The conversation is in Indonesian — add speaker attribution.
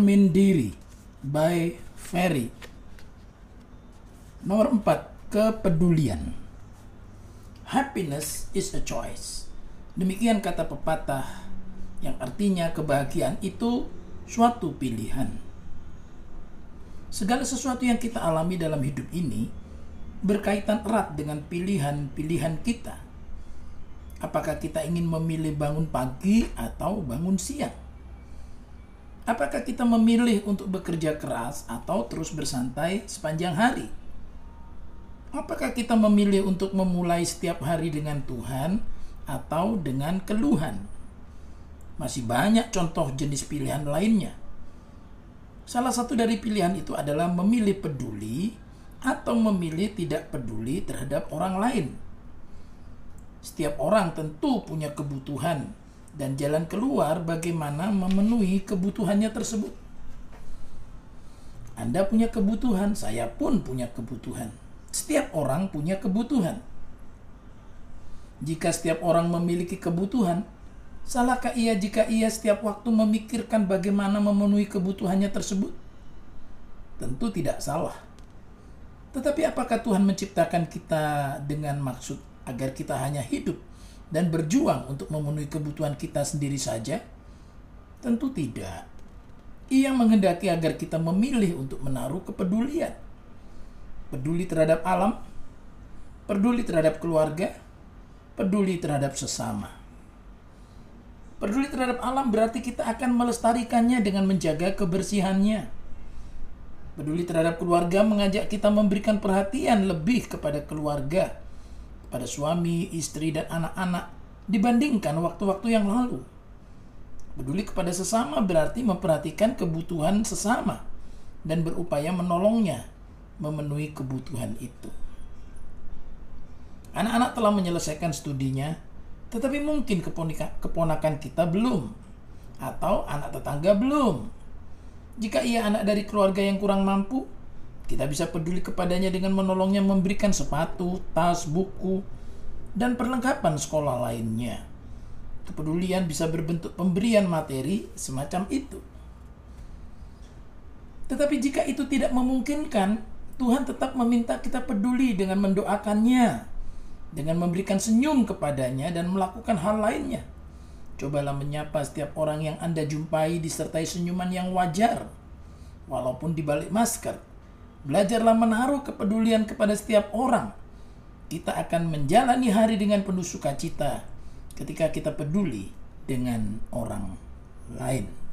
Speaker 1: Cermin Diri by Ferry. Nomor 4, kepedulian. Happiness is a choice. Demikian kata pepatah yang artinya kebahagiaan itu suatu pilihan. Segala sesuatu yang kita alami dalam hidup ini berkaitan erat dengan pilihan-pilihan kita. Apakah kita ingin memilih bangun pagi atau bangun siang? Apakah kita memilih untuk bekerja keras atau terus bersantai sepanjang hari? Apakah kita memilih untuk memulai setiap hari dengan Tuhan atau dengan keluhan? Masih banyak contoh jenis pilihan lainnya. Salah satu dari pilihan itu adalah memilih peduli atau memilih tidak peduli terhadap orang lain. Setiap orang tentu punya kebutuhan dan jalan keluar bagaimana memenuhi kebutuhannya tersebut. Anda punya kebutuhan, saya pun punya kebutuhan. Setiap orang punya kebutuhan. Jika setiap orang memiliki kebutuhan, salahkah ia jika ia setiap waktu memikirkan bagaimana memenuhi kebutuhannya tersebut? Tentu tidak salah. Tetapi apakah Tuhan menciptakan kita dengan maksud agar kita hanya hidup dan berjuang untuk memenuhi kebutuhan kita sendiri saja? Tentu tidak. Ia menghendaki agar kita memilih untuk menaruh kepedulian. Peduli terhadap alam, peduli terhadap keluarga, peduli terhadap sesama. Peduli terhadap alam berarti kita akan melestarikannya dengan menjaga kebersihannya. Peduli terhadap keluarga mengajak kita memberikan perhatian lebih kepada keluarga, pada suami, istri, dan anak-anak dibandingkan waktu-waktu yang lalu. Peduli kepada sesama berarti memperhatikan kebutuhan sesama dan berupaya menolongnya memenuhi kebutuhan itu. Anak-anak telah menyelesaikan studinya, tetapi mungkin keponakan kita belum, atau anak tetangga belum. Jika ia anak dari keluarga yang kurang mampu, kita bisa peduli kepadanya dengan menolongnya memberikan sepatu, tas, buku, dan perlengkapan sekolah lainnya. Kepedulian bisa berbentuk pemberian materi semacam itu. Tetapi jika itu tidak memungkinkan, Tuhan tetap meminta kita peduli dengan mendoakannya, dengan memberikan senyum kepadanya dan melakukan hal lainnya. Cobalah menyapa setiap orang yang Anda jumpai disertai senyuman yang wajar, walaupun di balik masker. Belajarlah menaruh kepedulian kepada setiap orang. Kita akan menjalani hari dengan penuh sukacita ketika kita peduli dengan orang lain.